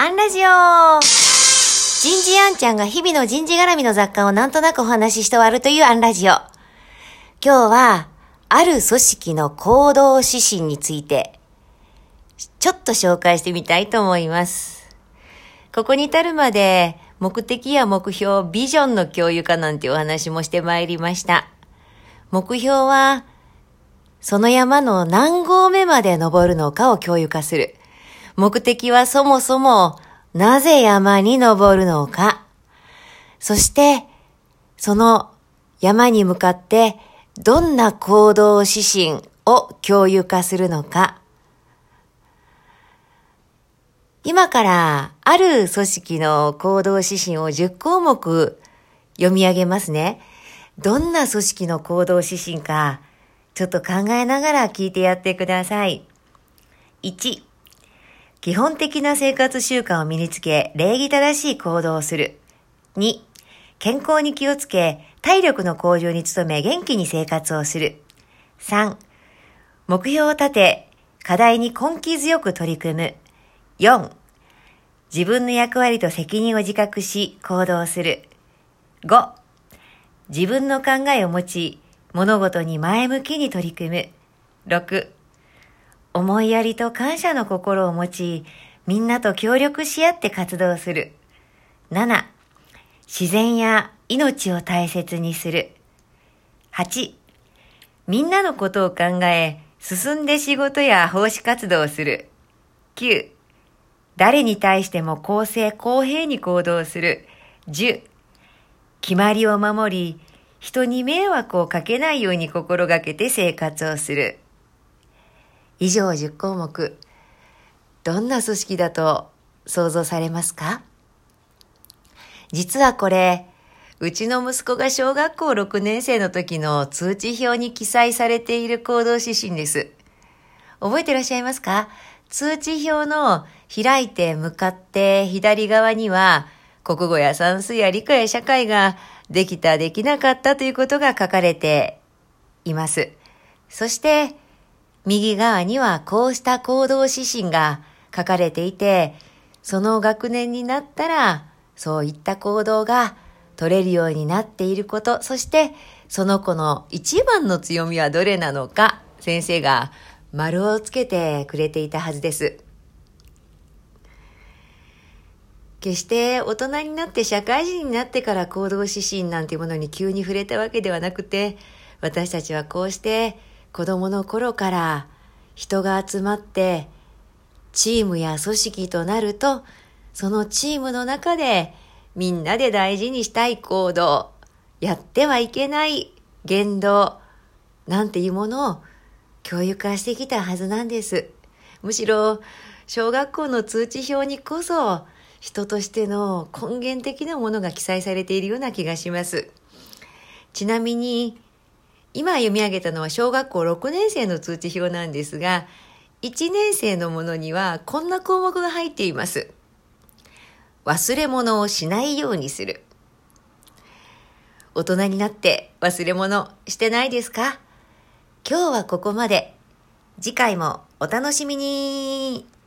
アンラジオ。人事アンちゃんが日々の人事絡みの雑貨をなんとなくお話しして終わるというアンラジオ。今日は、ある組織の行動指針について、ちょっと紹介してみたいと思います。ここに至るまで、目的や目標、ビジョンの共有化なんてお話もしてまいりました。目標は、その山の何合目まで登るのかを共有化する。目的はそもそもなぜ山に登るのか。そして、その山に向かってどんな行動指針を共有化するのか。今からある組織の行動指針を10項目読み上げますね。どんな組織の行動指針かちょっと考えながら聞いてやってください。1、基本的な生活習慣を身につけ、礼儀正しい行動をする。2、健康に気をつけ、体力の向上に努め、元気に生活をする。3、目標を立て、課題に根気強く取り組む。4、自分の役割と責任を自覚し、行動する。5、自分の考えを持ち、物事に前向きに取り組む。6、思いやりと感謝の心を持ち、みんなと協力し合って活動する。7、自然や命を大切にする。8、みんなのことを考え、進んで仕事や奉仕活動をする。9、誰に対しても公正公平に行動する。10、決まりを守り、人に迷惑をかけないように心がけて生活をする。以上10項目。どんな組織だと想像されますか？実はこれ、うちの息子が小学校6年生の時の通知表に記載されている行動指針です。覚えていらっしゃいますか？通知表の開いて向かって左側には、国語や算数や理科や社会ができたできなかったということが書かれています。そして、右側にはこうした行動指針が書かれていて、その学年になったらそういった行動が取れるようになっていること、そしてその子の一番の強みはどれなのか、先生が丸をつけてくれていたはずです。決して大人になって社会人になってから行動指針なんていうものに急に触れたわけではなくて、私たちはこうして子供の頃から人が集まってチームや組織となると、そのチームの中でみんなで大事にしたい行動、やってはいけない言動なんていうものを教育化してきたはずなんです。むしろ小学校の通知表にこそ人としての根源的なものが記載されているような気がします。ちなみに今読み上げたのは小学校6年生の通知表なんですが、1年生のものにはこんな項目が入っています。忘れ物をしないようにする。大人になって忘れ物してないですか？今日はここまで。次回もお楽しみに。